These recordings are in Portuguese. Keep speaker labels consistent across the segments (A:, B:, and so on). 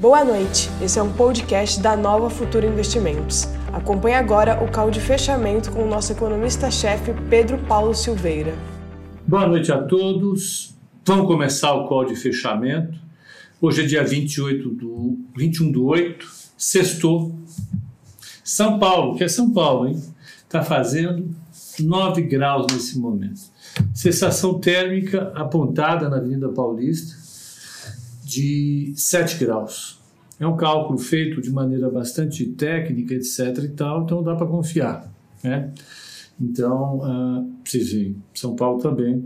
A: Boa noite, esse é um podcast da Nova Futura Investimentos. Acompanhe agora o call de fechamento com o nosso economista-chefe Pedro Paulo Silveira.
B: Boa noite a todos, vamos começar o call de fechamento. Hoje é dia 21/8, sextou. São Paulo, que é São Paulo, hein? Está fazendo 9 graus nesse momento. Sensação térmica apontada na Avenida Paulista de 7 graus. É um cálculo feito de maneira bastante técnica, etc. e tal, então dá para confiar, né? Então, vocês veem, São Paulo também,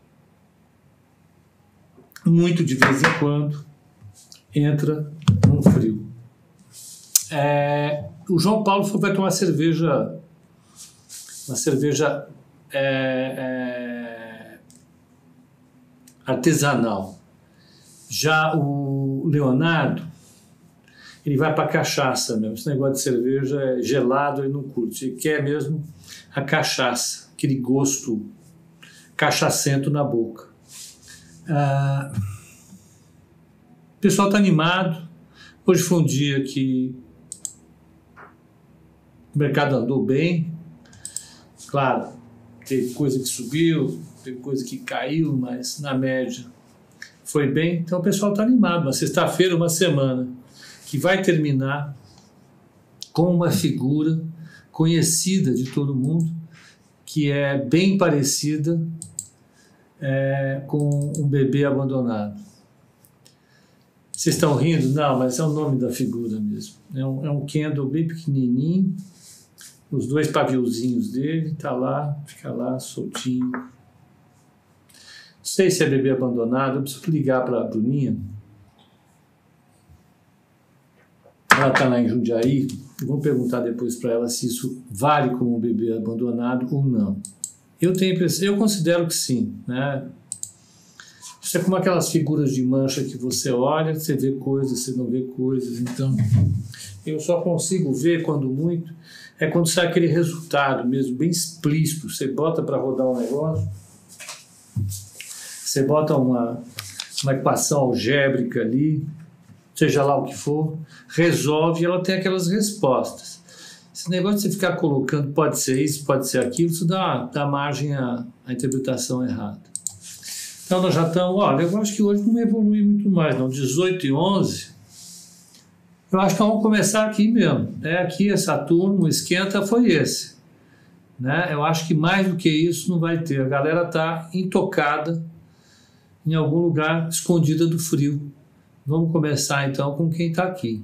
B: muito de vez em quando, entra um frio. O João Paulo vai tomar cerveja, uma cerveja artesanal. Já o Leonardo, ele vai para cachaça mesmo. Esse negócio de cerveja é gelado, ele não curte. Ele quer mesmo a cachaça, aquele gosto cachacento na boca. O pessoal está animado. Hoje foi um dia que o mercado andou bem. Claro, teve coisa que subiu, teve coisa que caiu, mas na média foi bem. Então o pessoal está animado. Uma sexta-feira, uma semana que vai terminar com uma figura conhecida de todo mundo, que é bem parecida com um bebê abandonado. Vocês estão rindo? Não, mas é o nome da figura mesmo. É um Kendall bem pequenininho, os 2 paviozinhos dele, tá lá, fica lá soltinho. Não sei se é bebê abandonado, eu preciso ligar para a Bruninha. Ela está lá em Jundiaí, vou perguntar depois para ela se isso vale como um bebê abandonado ou não. Eu considero que sim, né? Isso é como aquelas figuras de mancha que você olha, você vê coisas, você não vê coisas. Então, eu só consigo ver, quando muito, quando sai aquele resultado mesmo, bem explícito. Você bota para rodar um negócio, você bota uma equação algébrica ali, seja lá o que for, resolve e ela tem aquelas respostas. Esse negócio de você ficar colocando pode ser isso, pode ser aquilo, isso dá margem à interpretação errada. Então nós já estamos, olha, eu acho que hoje não evolui muito mais, não, 18h11, eu acho que vamos começar aqui mesmo, aqui essa turma, o esquenta foi esse, né? Eu acho que mais do que isso não vai ter, a galera está intocada em algum lugar, escondida do frio. Vamos começar então com quem está aqui.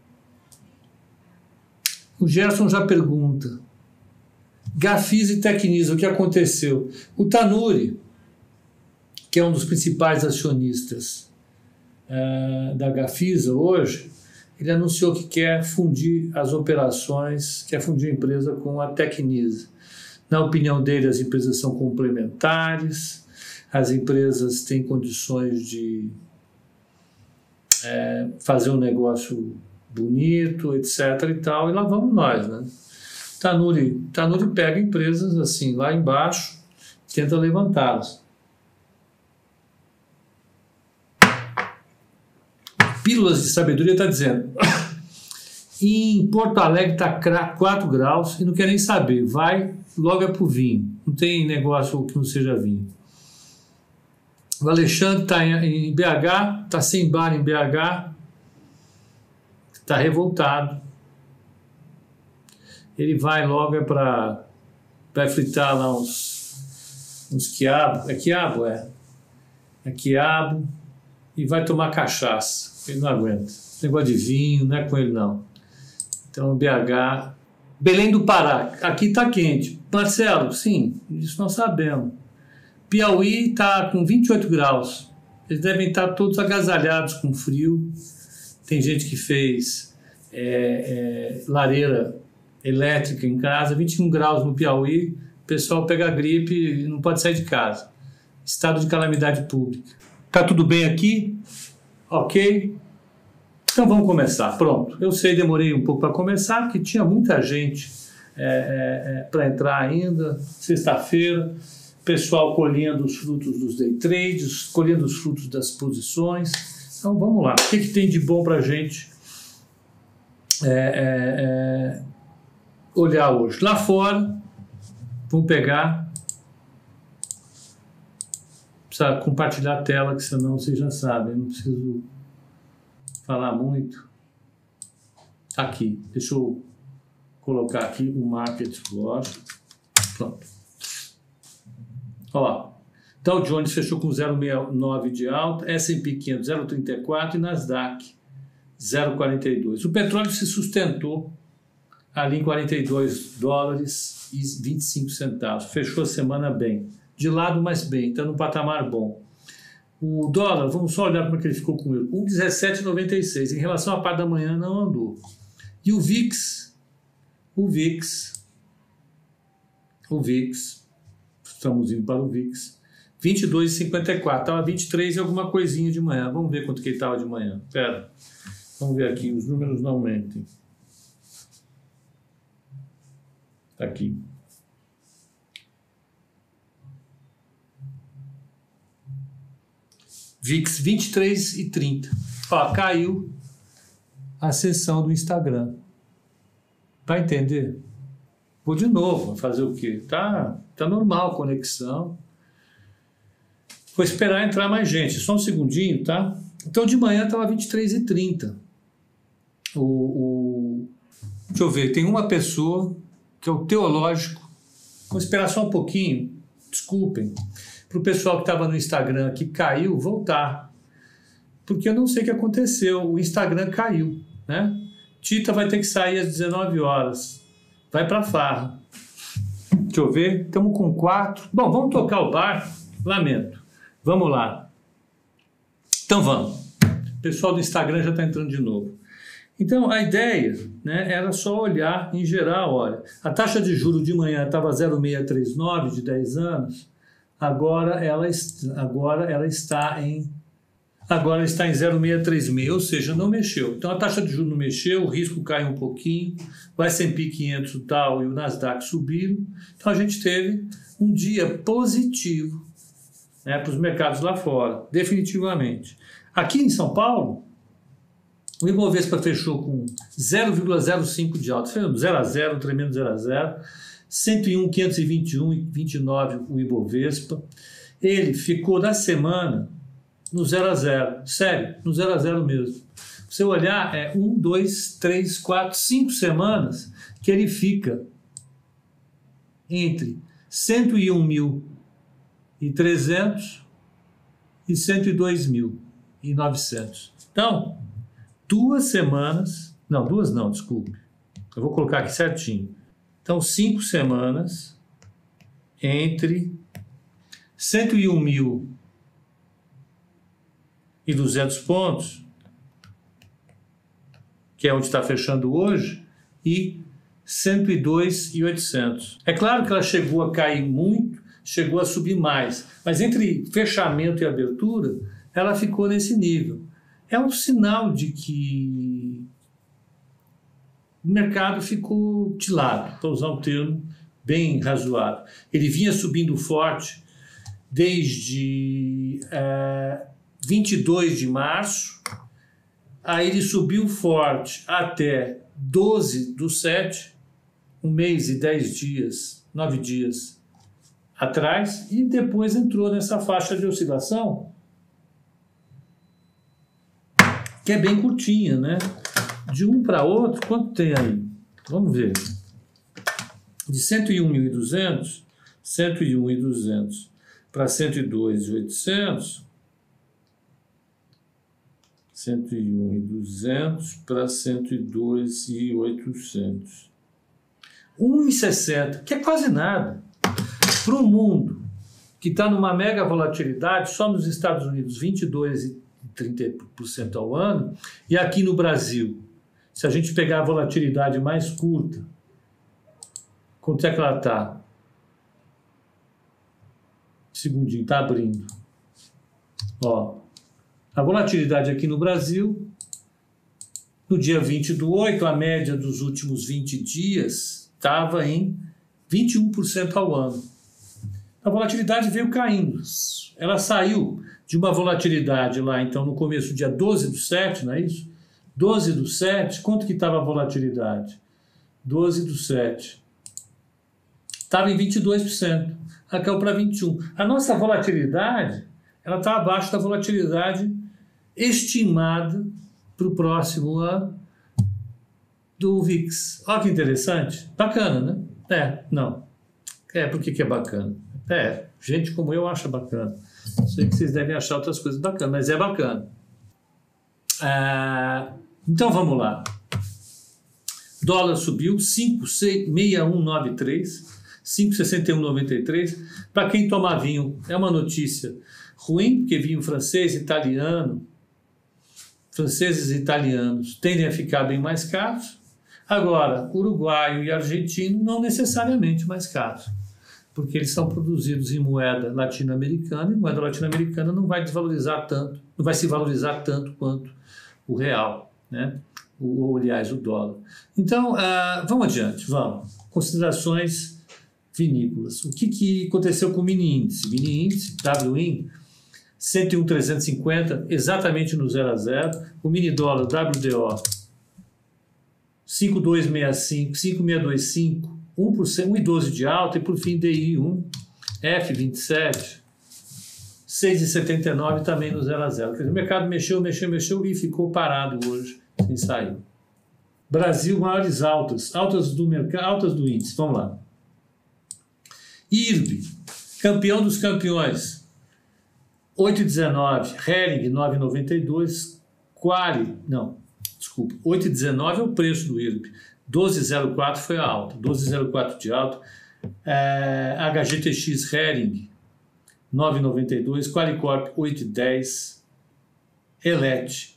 B: O Gerson já pergunta, Gafisa e Tecnisa, o que aconteceu? O Tanuri, que é um dos principais acionistas da Gafisa hoje, ele anunciou que quer fundir as operações, quer fundir a empresa com a Tecnisa. Na opinião dele, as empresas são complementares, as empresas têm condições de fazer um negócio bonito, etc. e tal, e lá vamos nós, né? Tanuri pega empresas assim, lá embaixo, tenta levantá-las. Pílulas de Sabedoria está dizendo, em Porto Alegre está 4 graus e não quer nem saber, vai logo pro vinho, não tem negócio que não seja vinho. O Alexandre está em BH, está sem bar em BH, está revoltado. Ele vai logo vai fritar lá uns quiabo. É quiabo? É quiabo. E vai tomar cachaça. Ele não aguenta. Esse negócio de vinho não é com ele, não. Então, BH. Belém do Pará. Aqui está quente. Marcelo, sim, isso nós sabemos. Piauí está com 28 graus. Eles devem estar todos agasalhados com frio. Tem gente que fez lareira elétrica em casa, 21 graus no Piauí. O pessoal pega gripe e não pode sair de casa. Estado de calamidade pública. Está tudo bem aqui? Ok? Então vamos começar. Pronto. Eu sei, demorei um pouco para começar, porque tinha muita gente para entrar ainda. Sexta-feira. Pessoal colhendo os frutos dos day trades, colhendo os frutos das posições, Então vamos lá. O que tem de bom para a gente olhar hoje? Lá fora, vamos pegar, precisa compartilhar a tela, que senão vocês já sabem, não preciso falar muito. Aqui, deixa eu colocar aqui o Market Watch. Pronto. Ó, Dow Jones fechou com 0,69 de alta, S&P 500 0,34 e Nasdaq 0,42. O petróleo se sustentou ali em $42,25. Fechou a semana bem. De lado, mas bem. Está num patamar bom. O dólar, vamos só olhar como é que ele ficou com ele. 1,1796. Em relação à parte da manhã, não andou. E o VIX, estamos indo para o VIX, 22,54. Estava 23 e alguma coisinha de manhã. Vamos ver quanto que ele estava de manhã. Espera. Vamos ver aqui, os números não mentem. Está aqui. VIX 23,30. Ó, caiu a sessão do Instagram. Vai entender? Vou de novo, fazer o quê? Tá normal a conexão. Vou esperar entrar mais gente. Só um segundinho, tá? Então de manhã estava 23,30. Deixa eu ver, tem uma pessoa que é o Teológico. Vou esperar só um pouquinho. Desculpem. Para o pessoal que estava no Instagram que caiu, voltar. Porque eu não sei o que aconteceu. O Instagram caiu, né? Tita vai ter que sair às 19 horas. Vai para a farra. Deixa eu ver. Estamos com 4. Bom, vamos tocar o bar. Lamento. Vamos lá. Então vamos. O pessoal do Instagram já está entrando de novo. Então, a ideia, né, era só olhar em geral. Olha, a taxa de juros de manhã estava 0,639 de 10 anos. Agora ela está em 0,636, ou seja, não mexeu. Então a taxa de juros não mexeu, o risco caiu um pouquinho, o S&P 500 e tal e o Nasdaq subiram. Então a gente teve um dia positivo, né, para os mercados lá fora, definitivamente. Aqui em São Paulo, o Ibovespa fechou com 0,05 de alta, 0 a 0, tremendo 0 a 0. 101.521,29 o Ibovespa. Ele ficou da semana no 0 a 0. Sério, no 0 a 0 mesmo. Se você olhar, 1, 2, 3, 4, 5 semanas que ele fica entre 101.300 e 102.900. Então, 2 semanas... Não, 2 não, desculpe. Eu vou colocar aqui certinho. Então, 5 semanas entre 101.200 pontos, que é onde está fechando hoje, e 102.800. É claro que ela chegou a cair muito, chegou a subir mais, mas entre fechamento e abertura, ela ficou nesse nível. É um sinal de que o mercado ficou de lado, para usar um termo bem razoável. Ele vinha subindo forte desde 22 de março, aí ele subiu forte até 12/7, 1 mês e 10 dias, 9 dias atrás, e depois entrou nessa faixa de oscilação, que é bem curtinha, né? De um para outro, quanto tem aí? Vamos ver. De 101.200 para 102.800, 101.200 para 102.800. 1,60, que é quase nada. Para um mundo que está numa mega volatilidade, só nos Estados Unidos 22% e 30% ao ano, e aqui no Brasil, se a gente pegar a volatilidade mais curta, quanto é que ela está? Segundinho, está abrindo. Ó, a volatilidade aqui no Brasil, no dia 20/8, a média dos últimos 20 dias estava em 21% ao ano. A volatilidade veio caindo. Ela saiu de uma volatilidade lá, então, no começo, dia 12/7, não é isso? 12/7, quanto que estava a volatilidade? 12/7. Estava em 22%, ela caiu para 21%. A nossa volatilidade, ela está abaixo da volatilidade estimada para o próximo ano do VIX. Olha que interessante. Bacana, né? Não. Por que é bacana? Gente como eu acha bacana. Sei que vocês devem achar outras coisas bacanas, mas é bacana. Então vamos lá. Dólar subiu 5,6193, 5,6193. Para quem toma vinho, é uma notícia ruim, porque vinho francês, italiano, franceses e italianos tendem a ficar bem mais caros. Agora, uruguaio e argentino não necessariamente mais caros, porque eles são produzidos em moeda latino-americana, e moeda latino-americana não vai desvalorizar tanto, não vai se valorizar tanto quanto o real, né? Aliás, o dólar. Então, vamos adiante, vamos. Considerações vinícolas. O que aconteceu com o mini índice? Mini índice, WIN, 101,350, exatamente no 0 a 0. O mini dólar, WDO, 5,265, 5,625, 1%, 1,12 de alta, e por fim DI1, F27, 6,79 também no 0 a 0. Quer dizer, o mercado mexeu e ficou parado hoje, sem sair. Brasil, maiores altas do mercado, altas do índice, vamos lá. IRB, campeão dos campeões, 8,19, Hering, 9,92, Quali, não, desculpa, 8,19 é o preço do IRB, 12,04 foi a alta, 12,04 de alta. HGTX Hering, 9,92, Qualicorp, 8,10, Elet,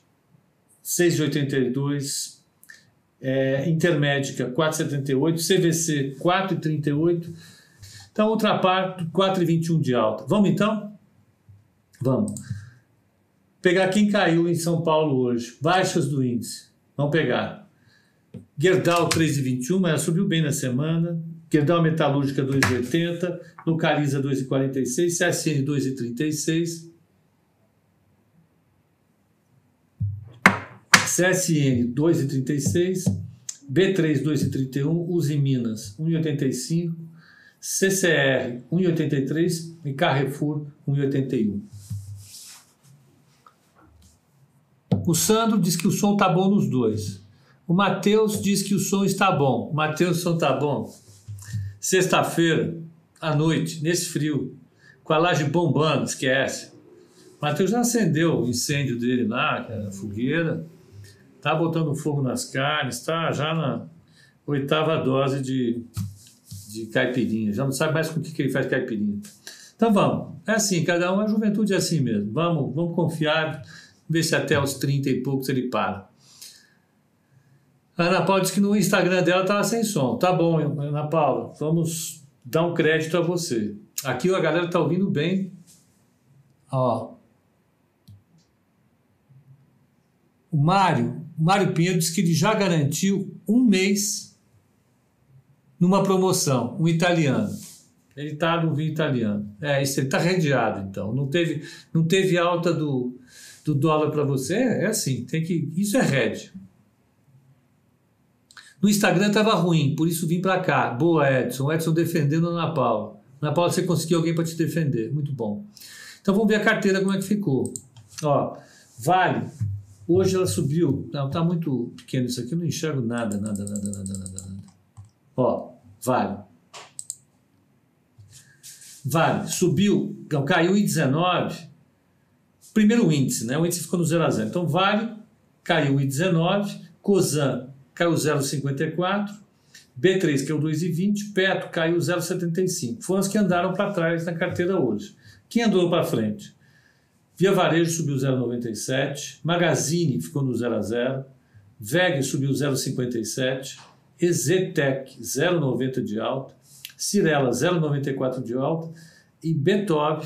B: 6,82, Intermédica, 4,78, CVC, 4,38, então Ultrapar, 4,21 de alta. Vamos então? Vamos. Pegar quem caiu em São Paulo hoje, baixas do índice, vamos pegar. Gerdau 3,21, mas ela subiu bem na semana. Gerdau Metalúrgica 2,80, Localiza 2,46, CSN 2,36, CSN 2,36, B3 2,31, Uzi Minas 1,85, CCR 1,83 e Carrefour 1,81. O Sandro diz que o som está bom nos dois. O Matheus diz que o som está bom. Matheus, o som está bom. Sexta-feira, à noite, nesse frio, com a laje bombando, esquece. O Matheus já acendeu o incêndio dele lá, que era a fogueira, está botando fogo nas carnes, está já na 8ª dose de caipirinha. Já não sabe mais com o que ele faz caipirinha. Então vamos. É assim, cada um, a juventude é assim mesmo. Vamos confiar, ver se até os 30 e poucos ele para. A Ana Paula disse que no Instagram dela estava sem som. Tá bom, Ana Paula, vamos dar um crédito a você. Aqui a galera está ouvindo bem. Ó. O Mário Pinheiro disse que ele já garantiu um mês numa promoção, um italiano. Ele está no vinho italiano. Isso, ele está redeado, então. Não teve alta do dólar para você? É assim, isso é rede. No Instagram estava ruim, por isso vim para cá. Boa, Edson. O Edson defendendo a Ana Paula. Ana Paula, você conseguiu alguém para te defender. Muito bom. Então vamos ver a carteira como é que ficou. Ó, Vale. Hoje ela subiu. Não, está muito pequeno isso aqui. Eu não enxergo nada. Ó, Vale. Vale. Subiu. Não, caiu em 19. Primeiro o índice, né? O índice ficou no 0 a 0. Então Vale caiu em 19. Cosan caiu 0,54, B3 caiu 2,20, Petro caiu 0,75. Foram as que andaram para trás na carteira hoje. Quem andou para frente? Via Varejo subiu 0,97, Magazine ficou no 0 a 0, VEG subiu 0,57, Exetec 0,90 de alta, Cirela 0,94 de alta e Betob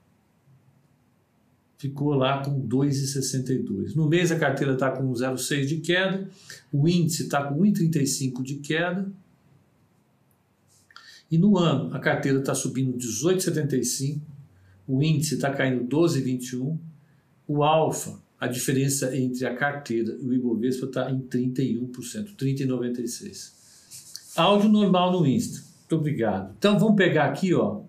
B: ficou lá com 2,62. No mês a carteira está com 0,6 de queda, o índice está com 1,35 de queda, e no ano a carteira está subindo 18,75, o índice está caindo 12,21, o alfa, a diferença entre a carteira e o Ibovespa está em 31%, 30,96%. Áudio normal no Insta. Muito obrigado. Então vamos pegar aqui, ó.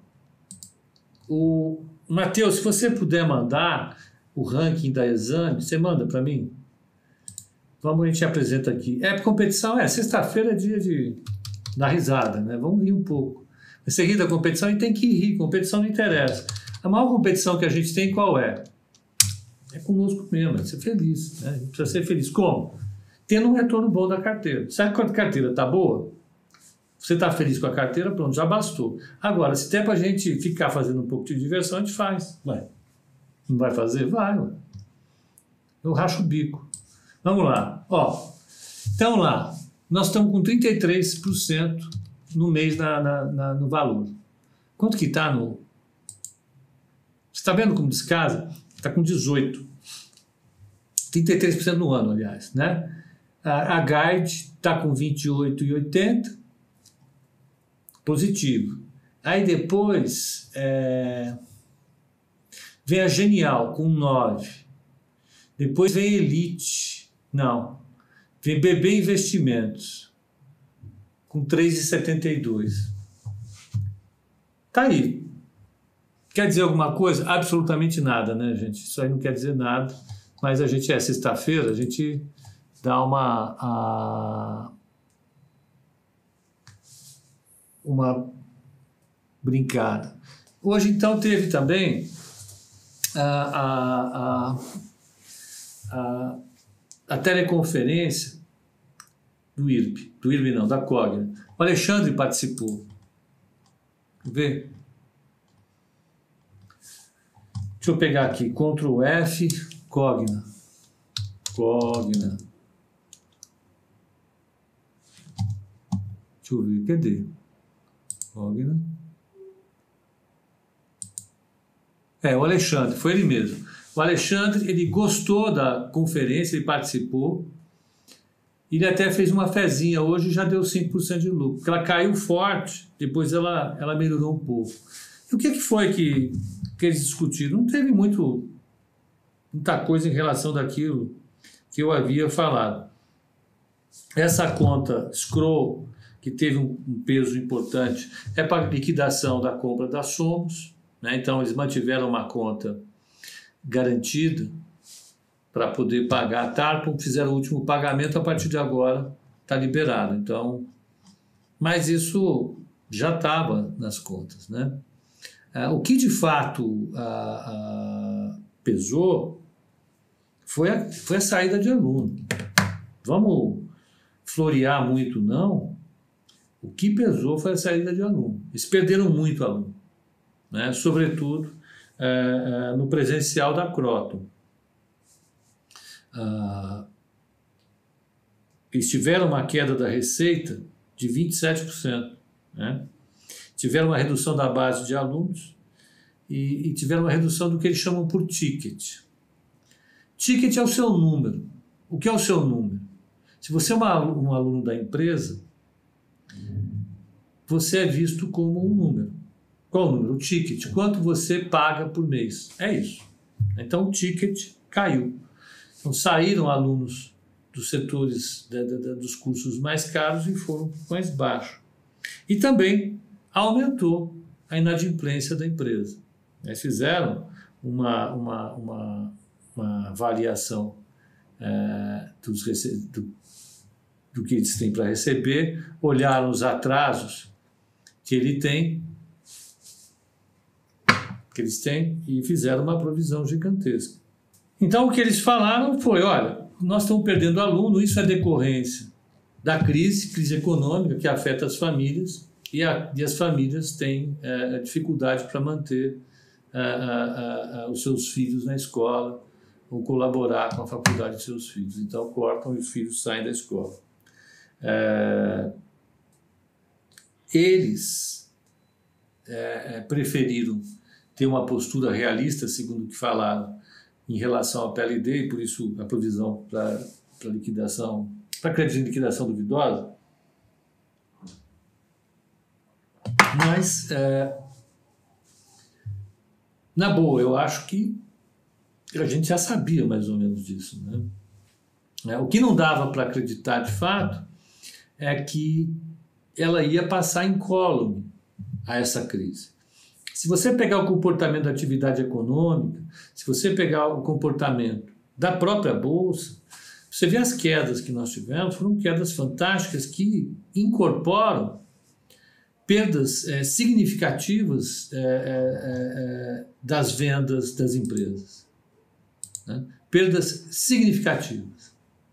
B: O Matheus, se você puder mandar o ranking da Exame, você manda para mim? Vamos, a gente apresenta aqui. Competição, sexta-feira é dia de dar risada, né? Vamos rir um pouco. Você ri da competição e tem que rir, competição não interessa. A maior competição que a gente tem qual é? É conosco mesmo, é ser feliz, né? A gente precisa ser feliz. Como? Tendo um retorno bom da carteira. Sabe quando a carteira está boa? Você está feliz com a carteira, pronto, já bastou. Agora, se der para a gente ficar fazendo um pouco de diversão, a gente faz. Vai. Não vai fazer? Vai. Ué. Eu racho o bico. Vamos lá. Ó, então lá, nós estamos com 33% no mês no valor. Quanto que está no... Você está vendo como descasa? Está com 18%. 33% no ano, aliás, né? A Guide está com 28,80%. Positivo. Aí depois vem a Genial com 9. Depois vem Elite. Não. Vem BB Investimentos com 3,72. Tá aí. Quer dizer alguma coisa? Absolutamente nada, né, gente? Isso aí não quer dizer nada. Mas a gente sexta-feira, a gente dá uma brincada. Hoje, então, teve também a teleconferência do IRB não, da Cogna. O Alexandre participou. Vê? Deixa eu pegar aqui, Ctrl F, Cogna. Deixa eu ver, cadê? Cogna. O Alexandre, foi ele mesmo. O Alexandre, ele gostou da conferência, ele participou. Ele até fez uma fezinha hoje e já deu 5% de lucro. Porque ela caiu forte, depois ela melhorou um pouco. E o que foi que eles discutiram? Não teve muita coisa em relação daquilo que eu havia falado. Essa conta Scroll, que teve um peso importante, é para a liquidação da compra da Somos, né? Então eles mantiveram uma conta garantida para poder pagar a Tarpon, fizeram o último pagamento, a partir de agora está liberado. Então, mas isso já estava nas contas, né? O que de fato pesou foi a saída de aluno. Vamos florear muito, não. O que pesou foi a saída de aluno. Eles perderam muito aluno, né? Sobretudo no presencial da Croton. Eles tiveram uma queda da receita de 27%, né? Tiveram uma redução da base de alunos e tiveram uma redução do que eles chamam por ticket. Ticket é o seu número. O que é o seu número? Se você é um aluno da empresa, você é visto como um número. Qual o número? O ticket. Quanto você paga por mês. É isso. Então o ticket caiu. Então saíram alunos dos setores dos cursos mais caros e foram mais baixos. E também aumentou a inadimplência da empresa. Eles fizeram uma avaliação do que eles têm para receber, olharam os atrasos que eles têm e fizeram uma provisão gigantesca. Então o que eles falaram foi, olha, nós estamos perdendo aluno, isso é decorrência da crise econômica que afeta as famílias e as famílias têm dificuldade para manter os seus filhos na escola ou colaborar com a faculdade de seus filhos. Então cortam e os filhos saem da escola. Eles preferiram ter uma postura realista, segundo o que falaram, em relação ao PLD, e por isso a provisão para liquidação, para crédito de liquidação duvidosa. Mas Na boa, eu acho que a gente já sabia mais ou menos disso, né? O que não dava para acreditar de fato é que ela ia passar incólume a essa crise. Se você pegar o comportamento da atividade econômica, se você pegar o comportamento da própria Bolsa, você vê as quedas que nós tivemos, foram quedas fantásticas que incorporam perdas significativas das vendas das empresas. Né? Perdas significativas.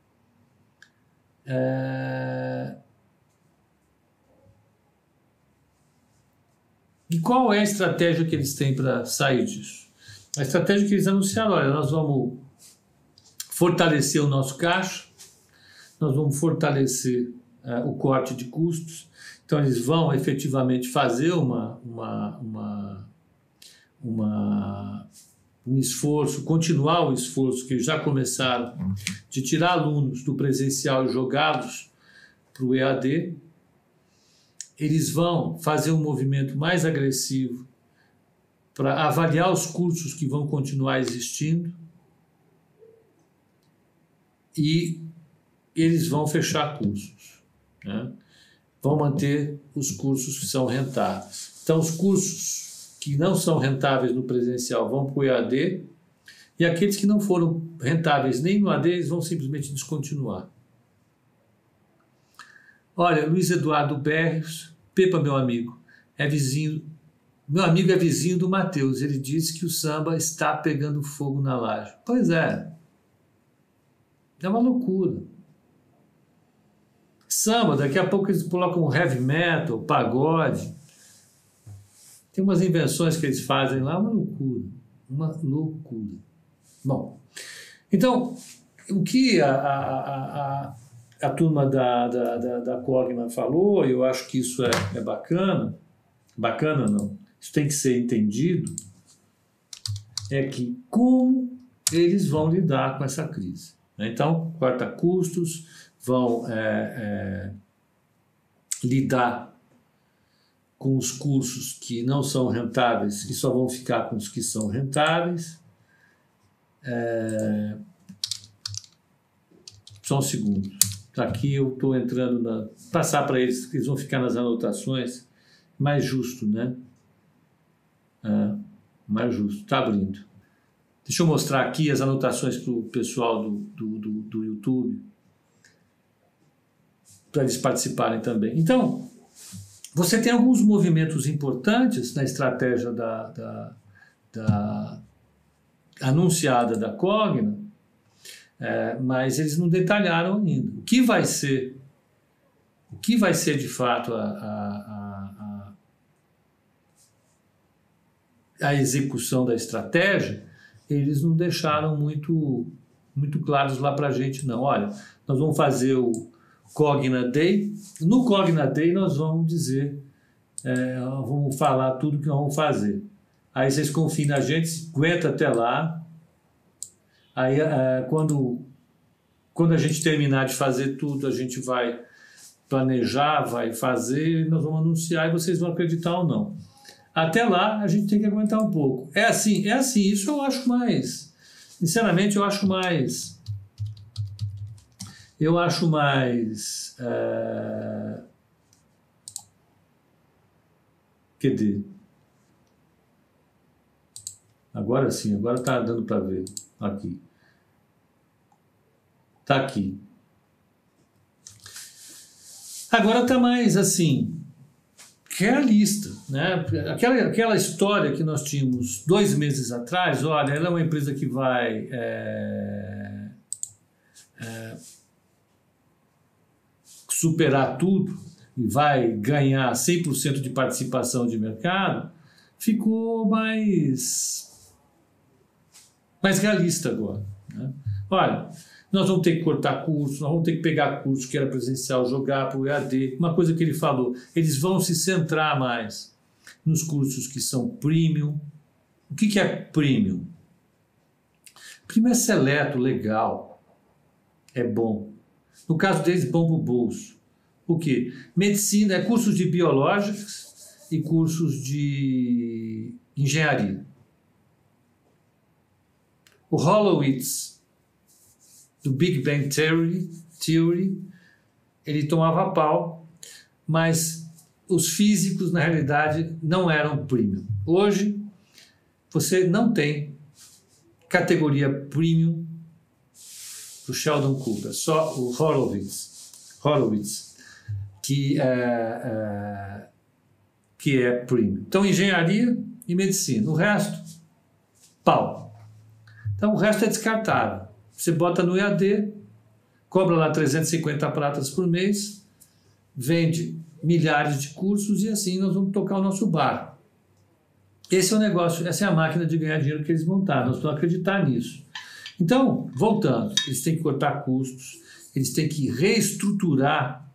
B: E qual é a estratégia que eles têm para sair disso? A estratégia que eles anunciaram, olha, nós vamos fortalecer o nosso caixa, nós vamos fortalecer o corte de custos, então eles vão efetivamente fazer um esforço, continuar o esforço que já começaram de tirar alunos do presencial e jogá-los para o EAD. Eles vão fazer um movimento mais agressivo para avaliar os cursos que vão continuar existindo e eles vão fechar cursos, né? Vão manter os cursos que são rentáveis. Então, os cursos que não são rentáveis no presencial vão para o EAD e aqueles que não foram rentáveis nem no EAD, eles vão simplesmente descontinuar. Olha, Luiz Eduardo Berrios, Pepa, meu amigo, é vizinho do Matheus. Ele disse que o samba está pegando fogo na laje. Pois é. É uma loucura. Samba, daqui a pouco eles colocam heavy metal, pagode. Tem umas invenções que eles fazem lá, uma loucura. Uma loucura. Bom, então, o que a turma da Cogna falou, eu acho que isso é bacana, bacana não, isso tem que ser entendido, é que como eles vão lidar com essa crise. Então, corta custos, vão lidar com os cursos que não são rentáveis e só vão ficar com os que são rentáveis. Só um segundo. Aqui eu estou entrando passar para eles, que eles vão ficar nas anotações, mais justo, né? Mais justo. Está abrindo. Deixa eu mostrar aqui as anotações para o pessoal do YouTube, para eles participarem também. Então, você tem alguns movimentos importantes na estratégia anunciada da Cogna, mas eles não detalharam ainda. O que vai ser de fato a execução da estratégia, eles não deixaram muito claros lá para a gente, não. Olha, nós vamos fazer o Cogna Day. No Cogna Day nós vamos dizer, vamos falar tudo que nós vamos fazer. Aí vocês confiam na gente, aguenta até lá. Aí quando a gente terminar de fazer tudo, a gente vai planejar, vai fazer, nós vamos anunciar e vocês vão acreditar ou não. Até lá, a gente tem que aguentar um pouco. É assim, isso eu acho mais, sinceramente, cadê? Agora sim, agora está dando para ver. Aqui. Está aqui. Agora está mais assim, realista, né? Aquela história que nós tínhamos 2 meses atrás, olha, ela é uma empresa que vai superar tudo e vai ganhar 100% de participação de mercado, ficou mais realista agora, né? Olha, nós vamos ter que cortar cursos, nós vamos ter que pegar curso que era presencial, jogar para o EAD. Uma coisa que ele falou, eles vão se centrar mais nos cursos que são premium. O que é premium? Premium é seleto, legal, é bom. No caso deles, bom para o bolso. O quê? Medicina, cursos de biológicas e cursos de engenharia. O Horowitz, do Big Bang Theory, ele tomava pau, mas os físicos, na realidade, não eram premium. Hoje, você não tem categoria premium do Sheldon Cooper, só o Horowitz que é premium. Então, engenharia e medicina. O resto, pau. Então, o resto é descartável. Você bota no EAD, cobra lá 350 pratas por mês, vende milhares de cursos e assim nós vamos tocar o nosso barco. Esse é o negócio, essa é a máquina de ganhar dinheiro que eles montaram. Nós precisamos acreditar nisso. Então, voltando, eles têm que cortar custos, eles têm que reestruturar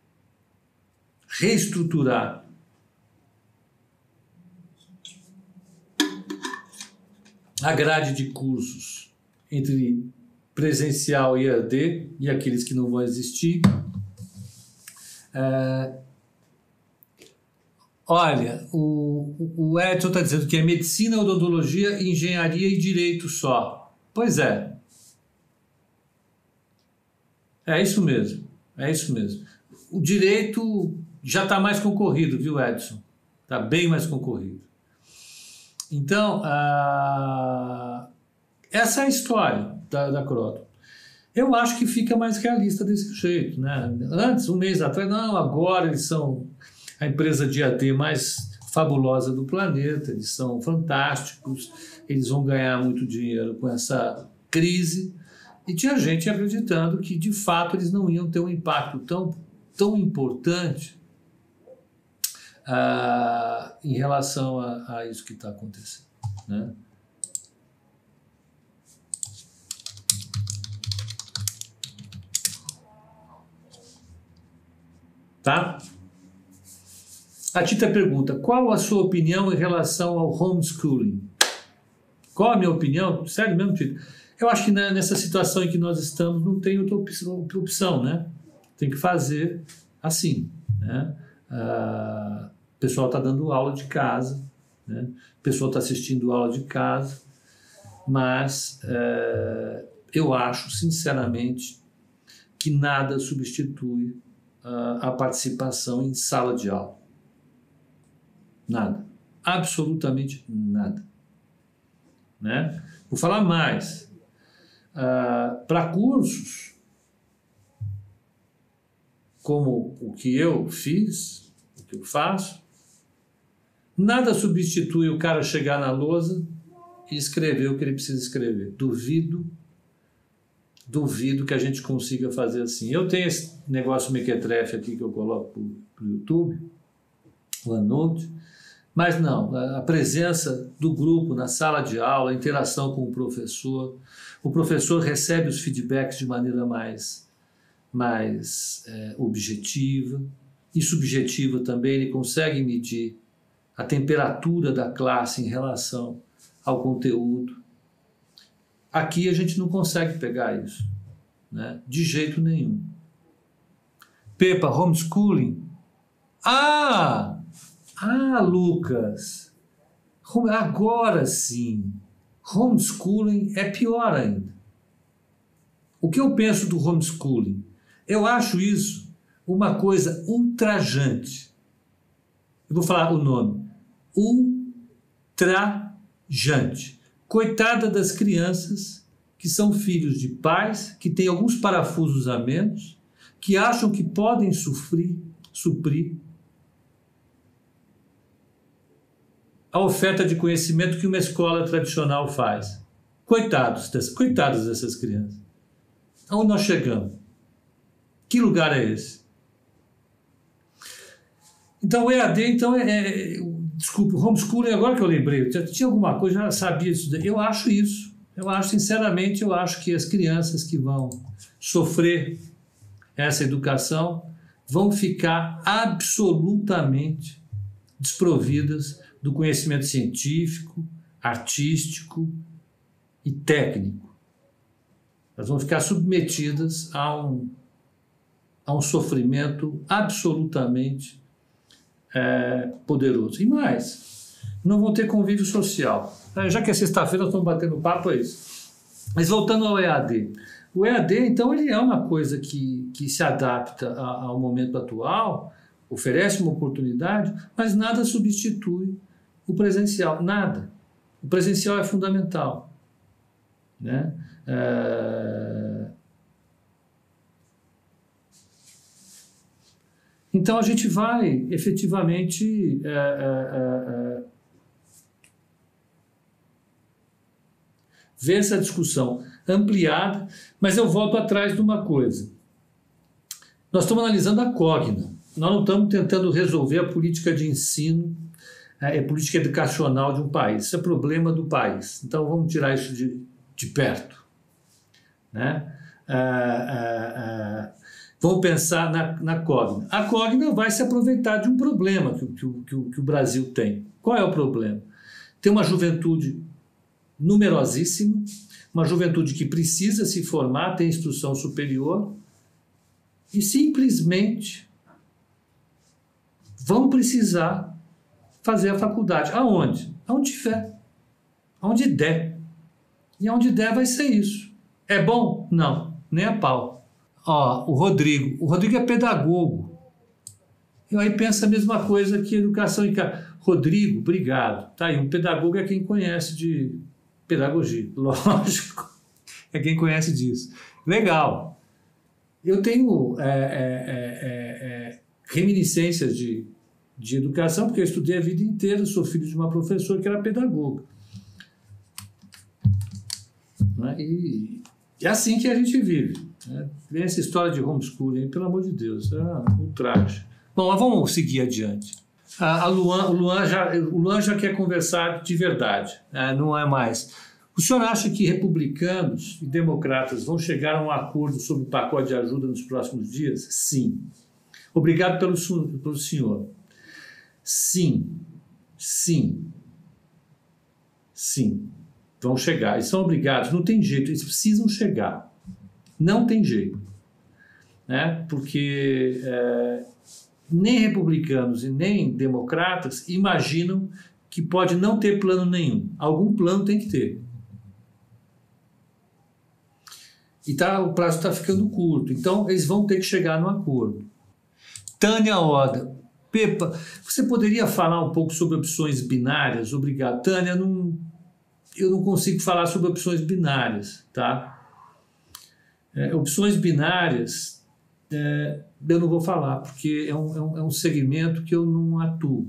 B: a grade de cursos entre presencial e EAD e aqueles que não vão existir. Olha, o Edson está dizendo que é medicina, odontologia, engenharia e direito só. Pois é. É isso mesmo. O direito já está mais concorrido, viu, Edson? Está bem mais concorrido. Então, essa é a história da Kroton. Eu acho que fica mais realista desse jeito, né? Antes, um mês atrás, não, agora eles são a empresa de AD mais fabulosa do planeta, eles são fantásticos, eles vão ganhar muito dinheiro com essa crise, e tinha gente acreditando que, de fato, eles não iam ter um impacto tão importante em relação a isso que está acontecendo, né? Tá? A Tita pergunta, qual a sua opinião em relação ao homeschooling? Qual a minha opinião? Sério mesmo, Tita? Eu acho que nessa situação em que nós estamos não tem outra opção, né? Tem que fazer assim, né? O pessoal está dando aula de casa, né? O pessoal está assistindo aula de casa, mas eu acho, sinceramente, que nada substitui a participação em sala de aula. Nada. Absolutamente nada. Né? Vou falar mais. Para cursos, como o que eu fiz, o que eu faço, nada substitui o cara chegar na lousa e escrever o que ele precisa escrever. Duvido que a gente consiga fazer assim. Eu tenho esse negócio mequetrefe aqui que eu coloco para o YouTube, o OneNote, mas não, a presença do grupo na sala de aula, a interação com o professor recebe os feedbacks de maneira mais objetiva e subjetiva também, ele consegue medir a temperatura da classe em relação ao conteúdo. Aqui a gente não consegue pegar isso, né? De jeito nenhum. Pepa, homeschooling? Lucas, agora sim, homeschooling é pior ainda. O que eu penso do homeschooling? Eu acho isso uma coisa ultrajante. Eu vou falar o nome. Ultrajante. Coitada das crianças que são filhos de pais que têm alguns parafusos a menos, que acham que podem suprir a oferta de conhecimento que uma escola tradicional faz. Coitadas dessas crianças. Aonde nós chegamos? Que lugar é esse? Então, o EAD, desculpe, o homeschooling, agora que eu lembrei, tinha alguma coisa, já sabia isso. Eu acho isso. Sinceramente, eu acho que as crianças que vão sofrer essa educação vão ficar absolutamente desprovidas do conhecimento científico, artístico e técnico. Elas vão ficar submetidas a um sofrimento absolutamente poderoso. E mais, não vão ter convívio social. Já que é sexta-feira, nós estamos batendo papo, é isso. Mas voltando ao EAD. O EAD, então, ele é uma coisa que se adapta ao momento atual, oferece uma oportunidade, mas nada substitui o presencial, nada. O presencial é fundamental, né? Então, a gente vai efetivamente ver essa discussão ampliada, mas eu volto atrás de uma coisa. Nós estamos analisando a Cogna, nós não estamos tentando resolver a política de ensino, a política educacional de um país. Isso é problema do país. Então, vamos tirar isso de perto, né? Vamos pensar na Cogna. A Cogna vai se aproveitar de um problema que o Brasil tem. Qual é o problema? Tem uma juventude numerosíssima, uma juventude que precisa se formar, tem instrução superior e simplesmente vão precisar fazer a faculdade. Aonde? Aonde tiver. Aonde der. E aonde der vai ser isso. É bom? Não, nem a pau. Ó, o Rodrigo é pedagogo. E aí pensa a mesma coisa que educação em casa. Rodrigo, obrigado. Tá aí, um pedagogo é quem conhece de pedagogia, lógico. É quem conhece disso. Legal. Eu tenho reminiscências de educação, porque eu estudei a vida inteira, sou filho de uma professora que era pedagoga. Né? E é assim que a gente vive. Né? Vem essa história de homeschooling, pelo amor de Deus, é um traje. Bom, mas vamos seguir adiante. O Luan já quer conversar de verdade, não é mais. O senhor acha que republicanos e democratas vão chegar a um acordo sobre o pacote de ajuda nos próximos dias? Sim. Obrigado pelo senhor. Sim. Vão chegar. Eles são obrigados, não tem jeito, eles precisam chegar. Não tem jeito. Né? Porque nem republicanos e nem democratas imaginam que pode não ter plano nenhum. Algum plano tem que ter. E o prazo está ficando curto. Então, eles vão ter que chegar no acordo. Tânia Oda. Pepa, você poderia falar um pouco sobre opções binárias? Obrigado. Tânia, eu não consigo falar sobre opções binárias, tá? Opções binárias, eu não vou falar, porque é um segmento que eu não atuo.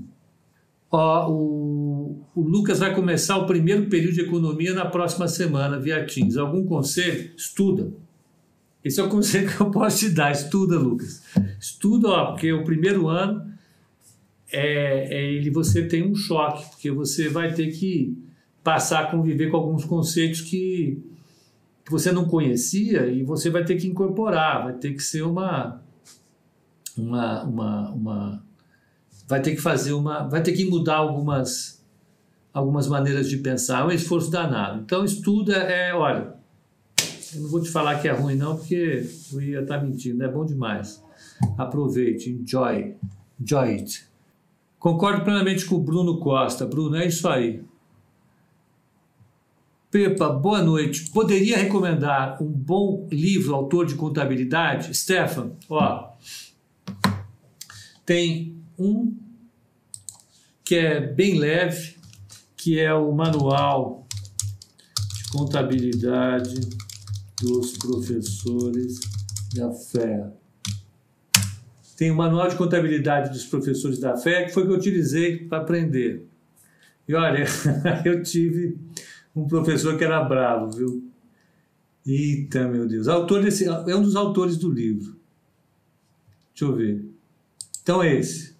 B: O Lucas vai começar o primeiro período de economia na próxima semana, via Teams. Algum conselho? Estuda. Esse é o conselho que eu posso te dar. Estuda, Lucas. Estuda, porque o primeiro ano você tem um choque, porque você vai ter que passar a conviver com alguns conceitos que você não conhecia e você vai ter que incorporar, vai ter que ser vai ter que mudar algumas maneiras de pensar, é um esforço danado. Então, estuda, olha, eu não vou te falar que é ruim não, porque eu ia estar mentindo, é bom demais. Aproveite, enjoy it. Concordo plenamente com o Bruno Costa. Bruno, é isso aí. Pepa, boa noite. Poderia recomendar um bom livro, autor de contabilidade? Stefan, tem um que é bem leve, que é o Manual de Contabilidade dos Professores da Fé. Tem o Manual de Contabilidade dos Professores da Fé, que foi o que eu utilizei para aprender. E olha, eu tive um professor que era bravo, viu? Eita, meu Deus. É um dos autores do livro. Deixa eu ver. Então, esse.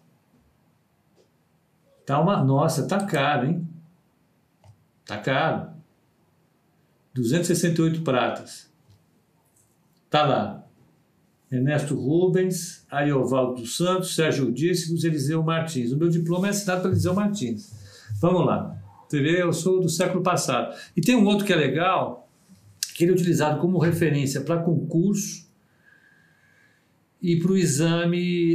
B: Nossa, tá caro, hein? Tá caro. 268 pratas. Tá lá. Ernesto Rubens, Ariovaldo dos Santos, Sérgio Dias e Eliseu Martins. O meu diploma é assinado pelo Eliseu Martins. Vamos lá. Você vê, eu sou do século passado. E tem um outro que é legal, que ele é utilizado como referência para concurso e para o exame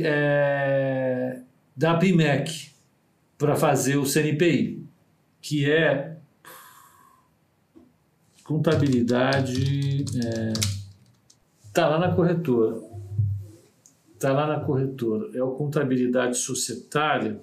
B: da PIMEC, para fazer o CNPI, que é Contabilidade está lá na corretora. Está lá na corretora. É o Contabilidade Societária.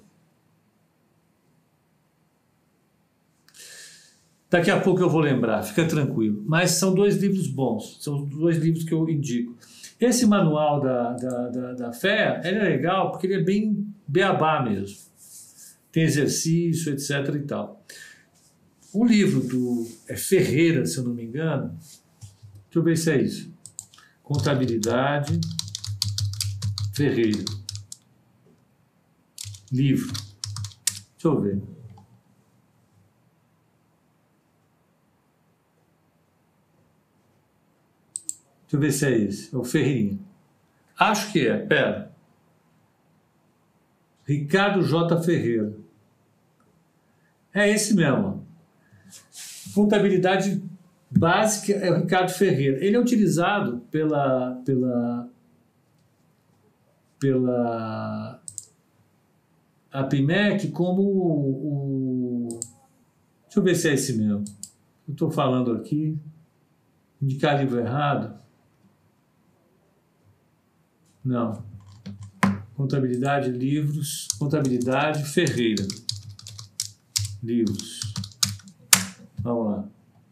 B: Daqui a pouco eu vou lembrar, fica tranquilo. Mas são 2 livros bons, são 2 livros que eu indico. Esse manual da FEA, ele é legal porque ele é bem beabá mesmo. Tem exercício, etc. e tal. O livro do Ferreira, se eu não me engano, deixa eu ver se é isso. Contabilidade Ferreira. Livro. Deixa eu ver. Deixa eu ver se é esse. É o Ferreirinha. Acho que é. Pera. Ricardo J. Ferreira. É esse mesmo. Contabilidade básica é o Ricardo Ferreira. Ele é utilizado pela APIMEC como o... Deixa eu ver se é esse mesmo. Eu estou falando aqui. Indicar livro errado. Não. Contabilidade, livros. Contabilidade Ferreira. Livros. Vamos lá.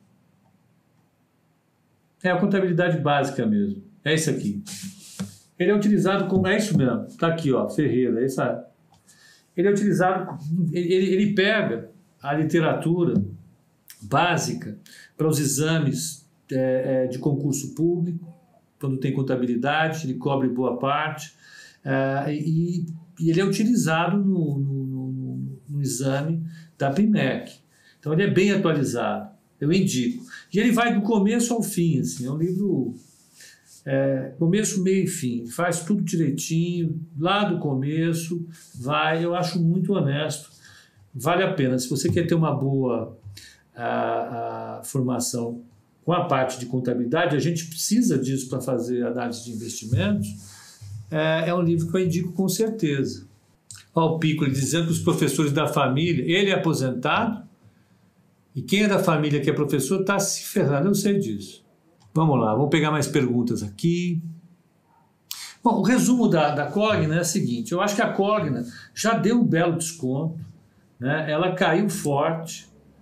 B: É a contabilidade básica mesmo. É isso aqui. Ele é utilizado como... É isso mesmo. Está aqui, ó. Ferreira. Ele é utilizado... Ele pega a literatura básica para os exames de concurso público. Quando tem contabilidade, ele cobre boa parte, e ele é utilizado no exame da APIMEC. Então, ele é bem atualizado, eu indico. E ele vai do começo ao fim, assim, é um livro começo, meio e fim, ele faz tudo direitinho, lá do começo, eu acho muito honesto, vale a pena. Se você quer ter uma boa formação com a parte de contabilidade, a gente precisa disso para fazer análise de investimentos, é um livro que eu indico com certeza. Olha o Piccoli dizendo que os professores da família, ele é aposentado, e quem é da família que é professor está se ferrando, eu sei disso. Vamos lá, vamos pegar mais perguntas aqui. Bom, o resumo da Cogna é o seguinte, eu acho que a Cogna já deu um belo desconto, né? Ela caiu forte.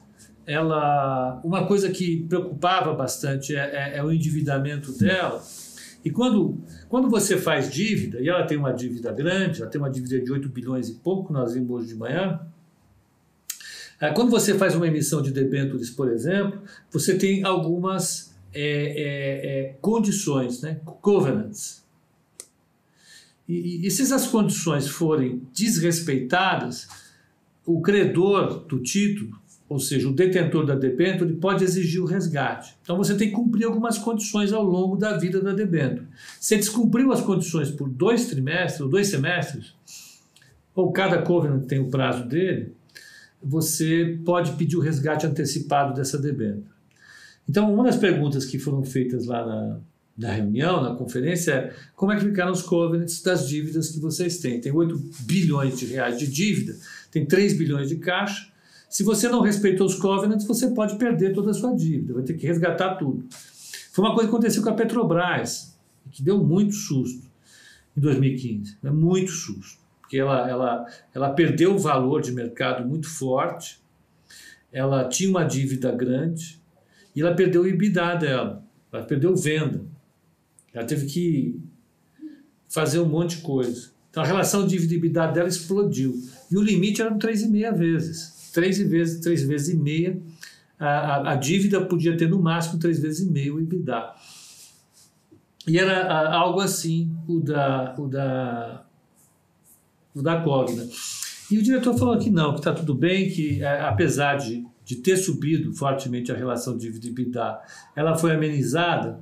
B: Uma coisa que preocupava bastante é o endividamento dela. E quando você faz dívida, e ela tem uma dívida grande, ela tem uma dívida de 8 bilhões e pouco, nós vimos hoje de manhã, quando você faz uma emissão de debêntures, por exemplo, você tem algumas condições, né? Covenants. E se essas condições forem desrespeitadas, o credor do título, ou seja, o detentor da debênture, pode exigir o resgate. Então, você tem que cumprir algumas condições ao longo da vida da debênture. Se descumpriu as condições por 2 trimestres ou 2 semestres, ou cada covenant tem o prazo dele, você pode pedir o resgate antecipado dessa debênture. Então, uma das perguntas que foram feitas lá na reunião, na conferência, é como é que ficaram os covenants das dívidas que vocês têm. Tem 8 bilhões de reais de dívida, tem 3 bilhões de caixa. Se você não respeitou os covenants, você pode perder toda a sua dívida, vai ter que resgatar tudo. Foi uma coisa que aconteceu com a Petrobras, que deu muito susto em 2015, muito susto, porque ela perdeu o valor de mercado muito forte, ela tinha uma dívida grande e ela perdeu o EBITDA dela, ela perdeu venda, ela teve que fazer um monte de coisa. Então a relação dívida-EBITDA dela explodiu e o limite era 3,5 vezes. 3 vezes e meia, a dívida podia ter no máximo 3 vezes e meio o EBITDA. E era algo assim o da Cogna. E o diretor falou que não, que está tudo bem, que apesar de ter subido fortemente a relação dívida-EBITDA, ela foi amenizada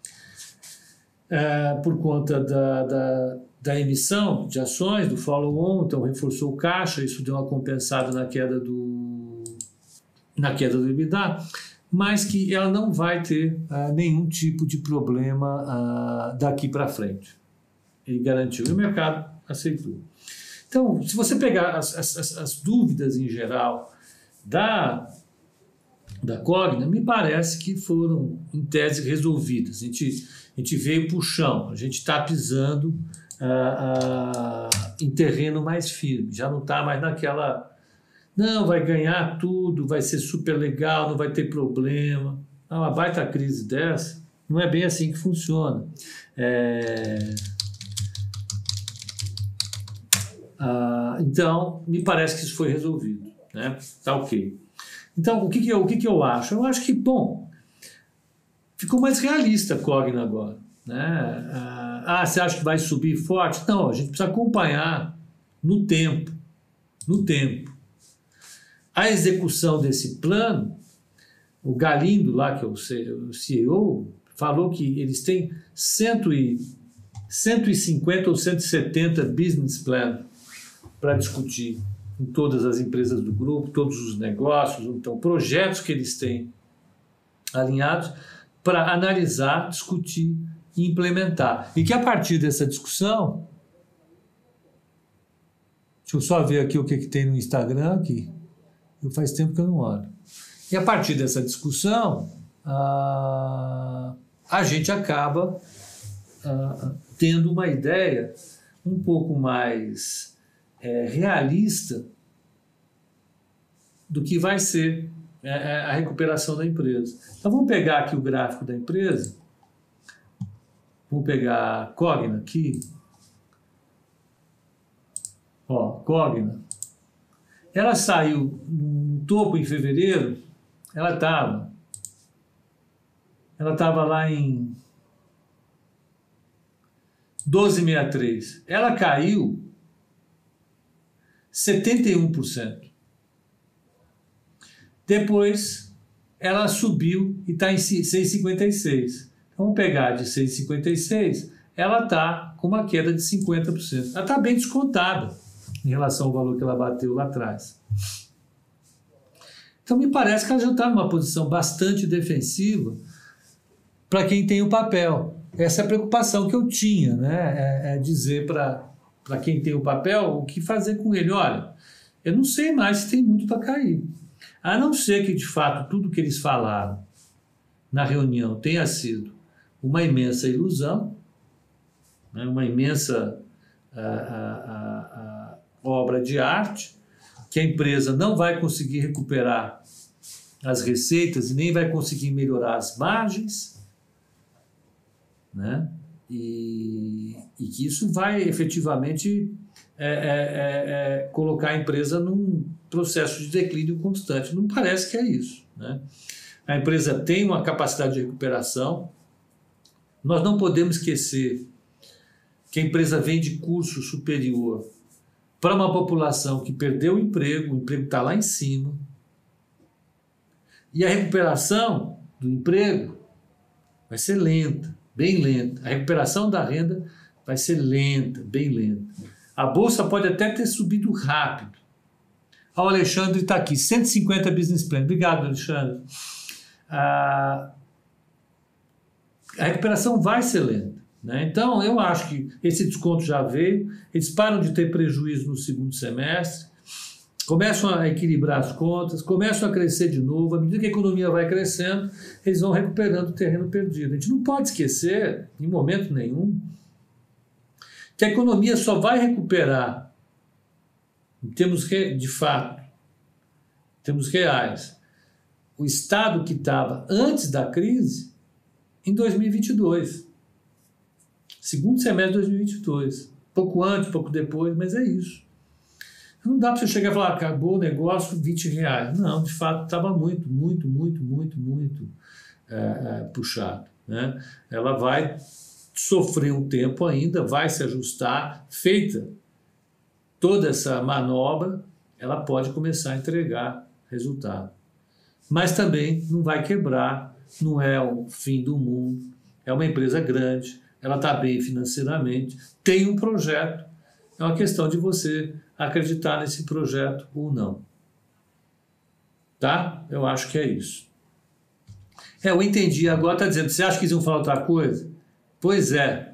B: por conta da emissão de ações, do follow-on, então reforçou o caixa, isso deu uma compensada na queda do EBITDA, mas que ela não vai ter nenhum tipo de problema daqui para frente. Ele garantiu, e o mercado aceitou. Então, se você pegar as dúvidas em geral da Cogna, me parece que foram, em tese, resolvidas. A gente veio para o chão, a gente está pisando em terreno mais firme, já não está mais naquela... Não, vai ganhar tudo, vai ser super legal, não vai ter problema. Uma baita crise dessa, não é bem assim que funciona. Então, me parece que isso foi resolvido, né? Tá ok. Então, o que eu acho? Eu acho que, bom, ficou mais realista a Cogna agora, né? Você acha que vai subir forte? Não, a gente precisa acompanhar no tempo. A execução desse plano, o Galindo lá, que é o CEO, falou que eles têm 150 ou 170 business plan para discutir em todas as empresas do grupo, todos os negócios, então projetos que eles têm alinhados para analisar, discutir e implementar. E que a partir dessa discussão, deixa eu só ver aqui o que tem no Instagram aqui, faz tempo que eu não olho. E a partir dessa discussão, a gente acaba tendo uma ideia um pouco mais realista do que vai ser a recuperação da empresa. Então vamos pegar aqui o gráfico da empresa, vamos pegar a Cogna aqui, Cogna, ela saiu no topo em fevereiro, ela estava lá em 12,63, ela caiu 71%. Depois, ela subiu e está em 6,56. Então, vamos pegar de 6,56, ela está com uma queda de 50%. Ela está bem descontada em relação ao valor que ela bateu lá atrás. Então, me parece que ela já está numa posição bastante defensiva para quem tem o papel. Essa é a preocupação que eu tinha, né? Dizer para quem tem o papel o que fazer com ele. Olha, eu não sei mais se tem muito para cair. A não ser que, de fato, tudo que eles falaram na reunião tenha sido uma imensa ilusão, né? Uma imensa obra de arte, que a empresa não vai conseguir recuperar as receitas e nem vai conseguir melhorar as margens, né? E que isso vai efetivamente colocar a empresa num processo de declínio constante. Não parece que é isso, né? A empresa tem uma capacidade de recuperação. Nós não podemos esquecer que a empresa vende curso superior para uma população que perdeu o emprego está lá em cima, e a recuperação do emprego vai ser lenta, bem lenta. A recuperação da renda vai ser lenta, bem lenta. A bolsa pode até ter subido rápido. O Alexandre está aqui, 150 business plan. Obrigado, Alexandre. A recuperação vai ser lenta, né? Então, eu acho que esse desconto já veio, eles param de ter prejuízo no segundo semestre, começam a equilibrar as contas, começam a crescer de novo. À medida que a economia vai crescendo, eles vão recuperando o terreno perdido. A gente não pode esquecer, em momento nenhum, que a economia só vai recuperar, em termos de fato, em termos reais, o estado que estava antes da crise em 2022. Segundo semestre de 2022. Pouco antes, pouco depois, mas é isso. Não dá para você chegar e falar, acabou o negócio, R$20. Não, de fato, estava muito puxado, né? Ela vai sofrer um tempo ainda, vai se ajustar. Feita toda essa manobra, ela pode começar a entregar resultado. Mas também não vai quebrar, não é o fim do mundo, é uma empresa grande, ela está bem financeiramente, tem um projeto, é uma questão de você acreditar nesse projeto ou não. Tá? Eu acho que é isso. Eu entendi, agora está dizendo, você acha que eles iam falar outra coisa? Pois é.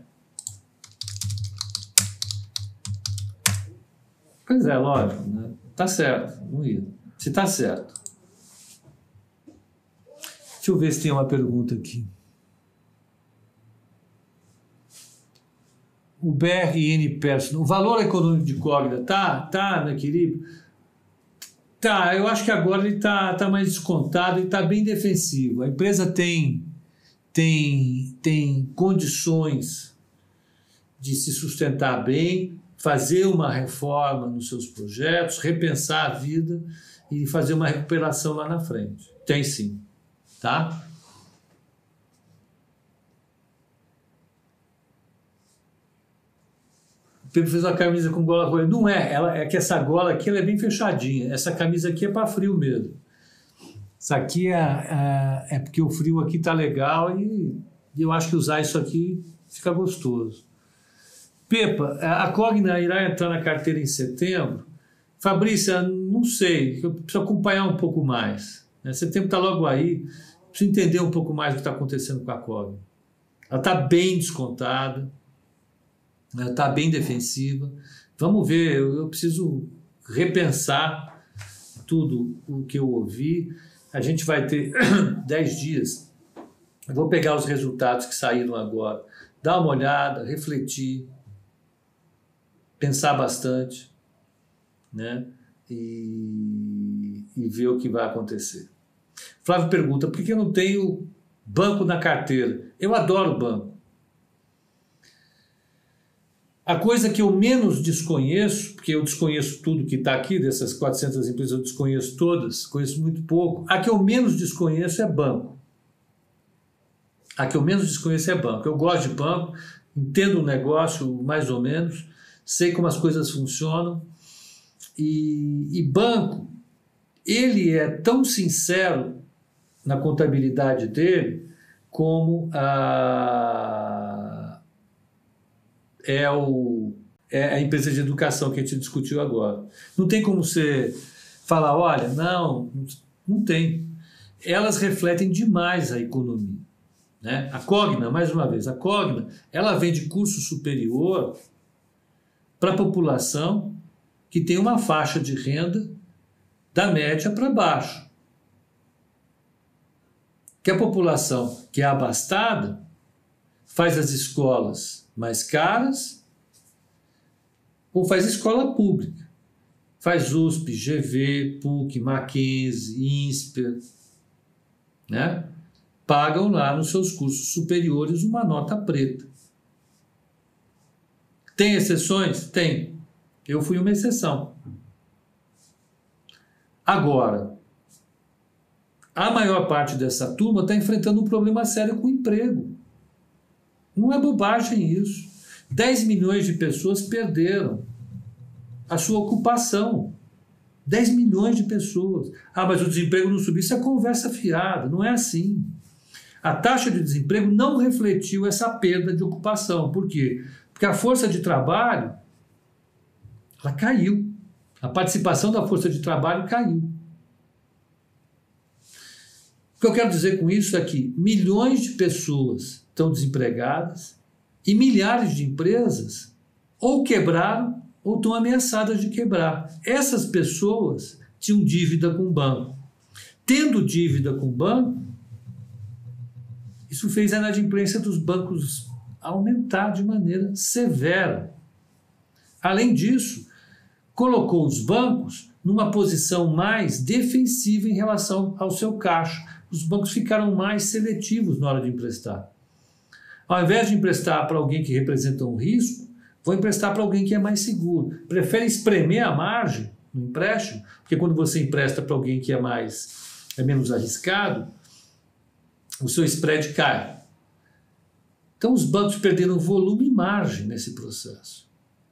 B: Pois é, lógico, né? Tá certo, não ia. Se tá certo. Deixa eu ver se tem uma pergunta aqui. O BRN Personal, o valor econômico de Cogna tá no equilíbrio? Tá, eu acho que agora ele tá mais descontado e está bem defensivo. A empresa tem condições de se sustentar bem, fazer uma reforma nos seus projetos, repensar a vida e fazer uma recuperação lá na frente. Tem sim, tá? O Pedro fez uma camisa com gola rolha. Não é, é que essa gola aqui ela é bem fechadinha. Essa camisa aqui é para frio mesmo. Isso aqui é porque o frio aqui tá legal e eu acho que usar isso aqui fica gostoso. Pepa, a Cogna irá entrar na carteira em setembro? Fabrícia, não sei, eu preciso acompanhar um pouco mais. Setembro está logo aí, preciso entender um pouco mais o que está acontecendo com a Cogna. Ela está bem descontada, ela está bem defensiva. Vamos ver, eu preciso repensar tudo o que eu ouvi. A gente vai ter 10 dias. Eu vou pegar os resultados que saíram agora, dar uma olhada, refletir, pensar bastante, né? E ver o que vai acontecer. Flávio pergunta, por que eu não tenho banco na carteira? Eu adoro banco. A coisa que eu menos desconheço, porque eu desconheço tudo que está aqui, dessas 400 empresas eu desconheço todas, conheço muito pouco, a que eu menos desconheço é banco. A que eu menos desconheço é banco. Eu gosto de banco, entendo o negócio mais ou menos, sei como as coisas funcionam, e banco, ele é tão sincero na contabilidade dele como é a empresa de educação que a gente discutiu agora. Não tem como você falar, olha, não tem. Elas refletem demais a economia, né? A Cogna, mais uma vez, ela vende curso superior para a população que tem uma faixa de renda da média para baixo. Que a população que é abastada faz as escolas mais caras ou faz escola pública. Faz USP, GV, PUC, Mackenzie, INSPER, né? Pagam lá nos seus cursos superiores uma nota preta. Tem exceções? Tem. Eu fui uma exceção. Agora, a maior parte dessa turma está enfrentando um problema sério com o emprego. Não é bobagem isso. 10 milhões de pessoas perderam a sua ocupação. 10 milhões de pessoas. Ah, mas o desemprego não subiu. Isso é conversa fiada. Não é assim. A taxa de desemprego não refletiu essa perda de ocupação. Por quê? Porque a força de trabalho ela caiu. A participação da força de trabalho caiu. O que eu quero dizer com isso é que milhões de pessoas estão desempregadas e milhares de empresas ou quebraram ou estão ameaçadas de quebrar. Essas pessoas tinham dívida com o banco. Tendo dívida com o banco, isso fez a inadimplência dos bancos aumentar de maneira severa. Além disso, colocou os bancos numa posição mais defensiva em relação ao seu caixa. Os bancos ficaram mais seletivos na hora de emprestar. Ao invés de emprestar para alguém que representa um risco, vão emprestar para alguém que é mais seguro. Prefere espremer a margem no empréstimo, porque quando você empresta para alguém que é menos arriscado, o seu spread cai. Então os bancos perderam volume e margem nesse processo.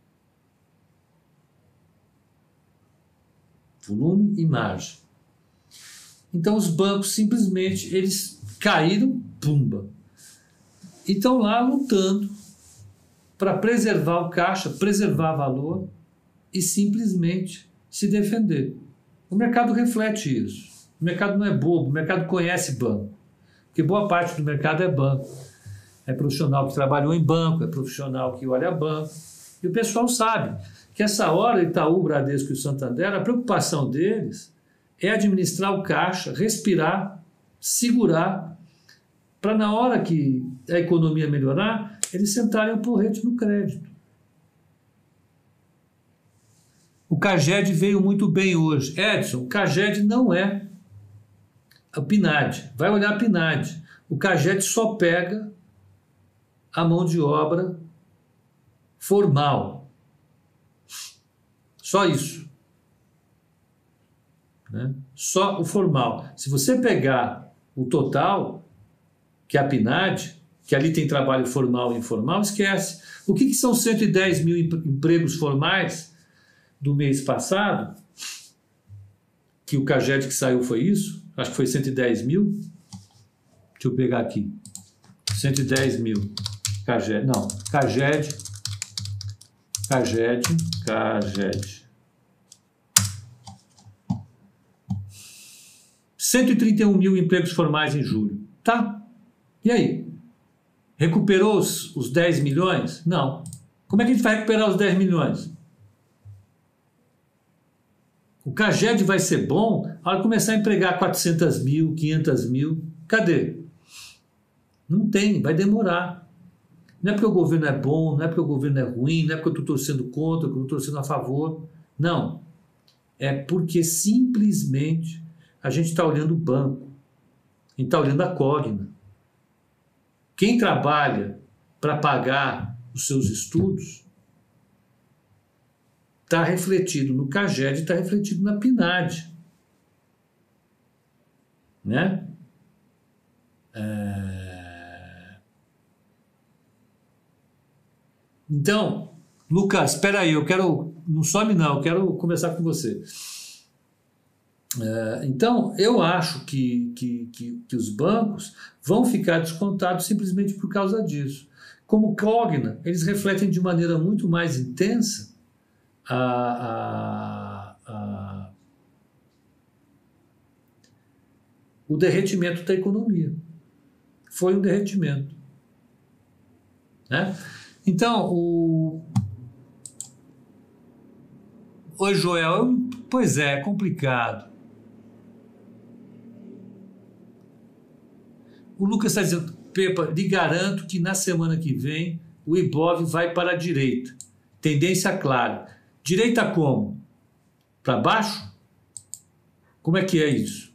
B: Volume e margem. Então os bancos simplesmente eles caíram, pumba. E estão lá lutando para preservar o caixa, preservar valor e simplesmente se defender. O mercado reflete isso. O mercado não é bobo, o mercado conhece banco. Porque boa parte do mercado é banco. É profissional que trabalhou em banco, é profissional que olha banco. E o pessoal sabe que essa hora Itaú, Bradesco e Santander, a preocupação deles é administrar o caixa, respirar segurar para na hora que a economia melhorar, eles sentarem o porrete no crédito. O CAGED veio muito bem hoje. Edson, o CAGED não é a PNAD. Vai olhar a PNAD. O CAGED só pega a mão de obra formal. Só isso. Né? Só o formal. Se você pegar o total, que é a PNAD, que ali tem trabalho formal e informal, esquece. O que são 110 mil empregos formais do mês passado? Que o CAGED que saiu foi isso? Acho que foi 110 mil. Deixa eu pegar aqui. 110 mil. CAGED. Não. CAGED. 131 mil empregos formais em julho. Tá? E aí? Recuperou os 10 milhões? Não. Como é que a gente vai recuperar os 10 milhões? O CAGED vai ser bom a hora de começar a empregar 400 mil, 500 mil. Cadê? Não tem, vai demorar. Não é porque o governo é bom, não é porque o governo é ruim, não é porque eu estou torcendo contra, que eu estou torcendo a favor. Não. É porque simplesmente a gente está olhando o banco. A gente está olhando a Cogna. Quem trabalha para pagar os seus estudos está refletido no CAGED e está refletido na PNAD. Né? Então, Lucas, espera aí, eu quero... Não some não, eu quero conversar com você. Então, eu acho que os bancos vão ficar descontados simplesmente por causa disso. Como Cogna, eles refletem de maneira muito mais intensa o derretimento da economia. Foi um derretimento. Né? Então, Oi, Joel. Pois é complicado. O Lucas está dizendo, Pepa, lhe garanto que na semana que vem o Ibov vai para a direita. Tendência clara. Direita como? Para baixo? Como é que é isso?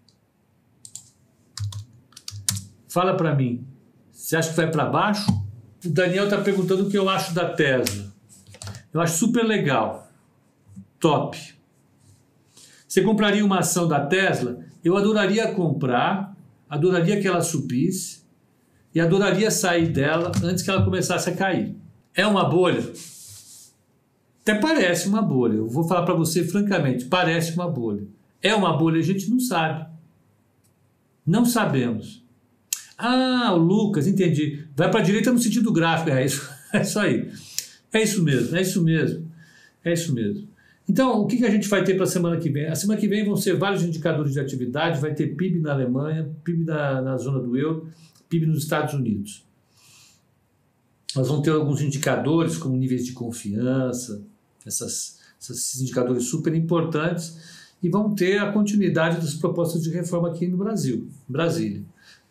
B: Fala para mim. Você acha que vai para baixo? O Daniel está perguntando o que eu acho da Tesla. Eu acho super legal. Top. Você compraria uma ação da Tesla? Eu adoraria comprar, adoraria que ela subisse e adoraria sair dela antes que ela começasse a cair. É uma bolha? Até parece uma bolha. Eu vou falar para você francamente, parece uma bolha. É uma bolha, a gente não sabe. Não sabemos. Ah, o Lucas, entendi. Vai para a direita no sentido gráfico. É isso aí. É isso mesmo, é isso mesmo. É isso mesmo. Então, o que a gente vai ter para a semana que vem? A semana que vem vão ser vários indicadores de atividade, vai ter PIB na Alemanha, PIB na zona do euro, PIB nos Estados Unidos. Nós vamos ter alguns indicadores, como níveis de confiança, esses indicadores super importantes, e vamos ter a continuidade das propostas de reforma aqui no Brasil, em Brasília.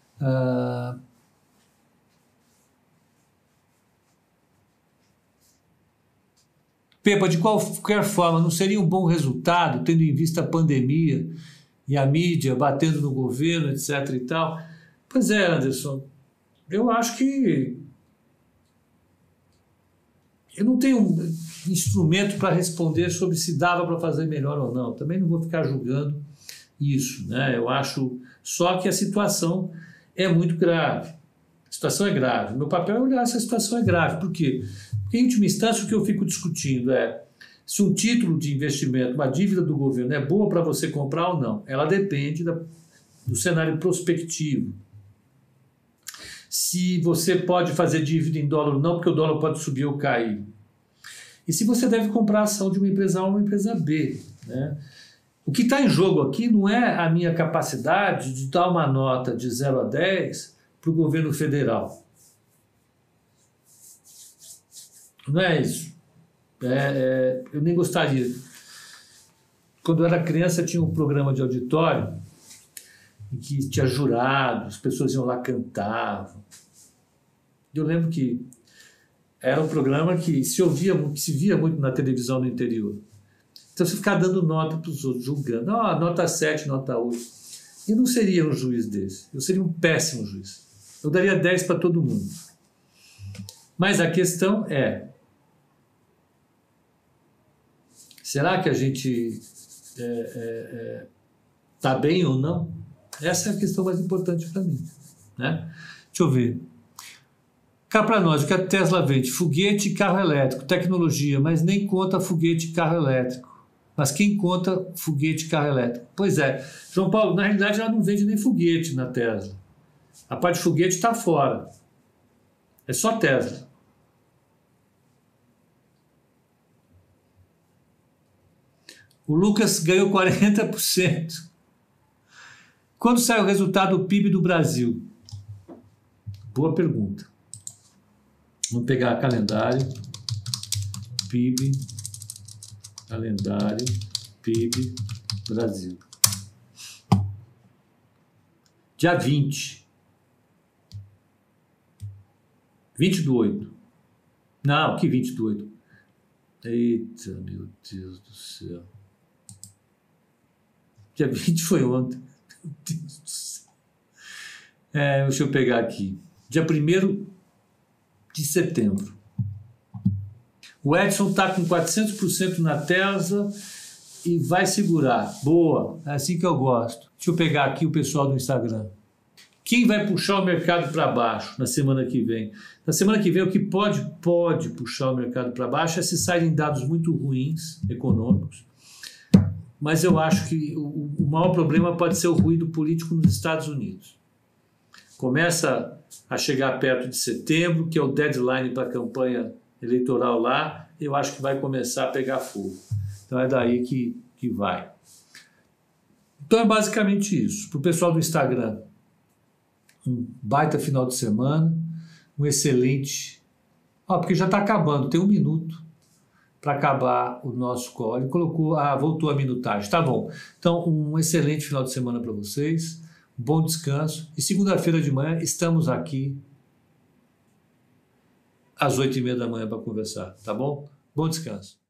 B: Pepa, de qualquer forma, não seria um bom resultado, tendo em vista a pandemia e a mídia batendo no governo, etc. e tal? Pois é, Anderson, eu acho que eu não tenho um instrumento para responder sobre se dava para fazer melhor ou não. Também não vou ficar julgando isso, né? Eu acho só que a situação é muito grave. A situação é grave. Meu papel é olhar se a situação é grave. Por quê? Porque, em última instância, o que eu fico discutindo é se um título de investimento, uma dívida do governo é boa para você comprar ou não. Ela depende do cenário prospectivo. Se você pode fazer dívida em dólar ou não, porque o dólar pode subir ou cair. E se você deve comprar a ação de uma empresa A ou uma empresa B. Né? O que está em jogo aqui não é a minha capacidade de dar uma nota de 0 a 10 para o governo federal. Não é isso. Eu nem gostaria. Quando eu era criança, tinha um programa de auditório em que tinha jurados, as pessoas iam lá, cantavam. Eu lembro que era um programa que se via muito na televisão no interior. Então você ficava dando nota para os outros, julgando. Nota 7, nota 8. Eu não seria um juiz desse. Eu seria um péssimo juiz. Eu daria 10 para todo mundo. Mas a questão é, será que a gente está bem ou não? Essa é a questão mais importante para mim. Né? Deixa eu ver. Cá para nós, o que a Tesla vende? Foguete e carro elétrico, tecnologia, mas nem conta foguete e carro elétrico. Mas quem conta foguete e carro elétrico? Pois é, João Paulo, na realidade ela não vende nem foguete na Tesla. A parte de foguete está fora. É só Tesla. O Lucas ganhou 40%. Quando sai o resultado do PIB do Brasil? Boa pergunta. Vamos pegar calendário, PIB, calendário, PIB, Brasil. Dia 20. 20 do 8. Não, que 20 do 8? Eita, meu Deus do céu. Dia 20 foi ontem. Meu Deus do céu. Deixa eu pegar aqui. Dia 1º de setembro. O Edson está com 400% na Tesla e vai segurar. Boa, é assim que eu gosto. Deixa eu pegar aqui o pessoal do Instagram. Quem vai puxar o mercado para baixo na semana que vem? Na semana que vem, o que pode puxar o mercado para baixo é se saírem dados muito ruins, econômicos. Mas eu acho que o maior problema pode ser o ruído político nos Estados Unidos. Começa a chegar perto de setembro, que é o deadline para a campanha eleitoral lá, eu acho que vai começar a pegar fogo. Então é daí que vai. Então é basicamente isso. Para o pessoal do Instagram, um baita final de semana, um excelente... porque já está acabando, tem 1 minuto para acabar o nosso call. Ele colocou, voltou a minutagem, tá bom. Então um excelente final de semana para vocês, bom descanso, e segunda-feira de manhã estamos aqui às 8h30 da manhã para conversar, tá bom? Bom descanso.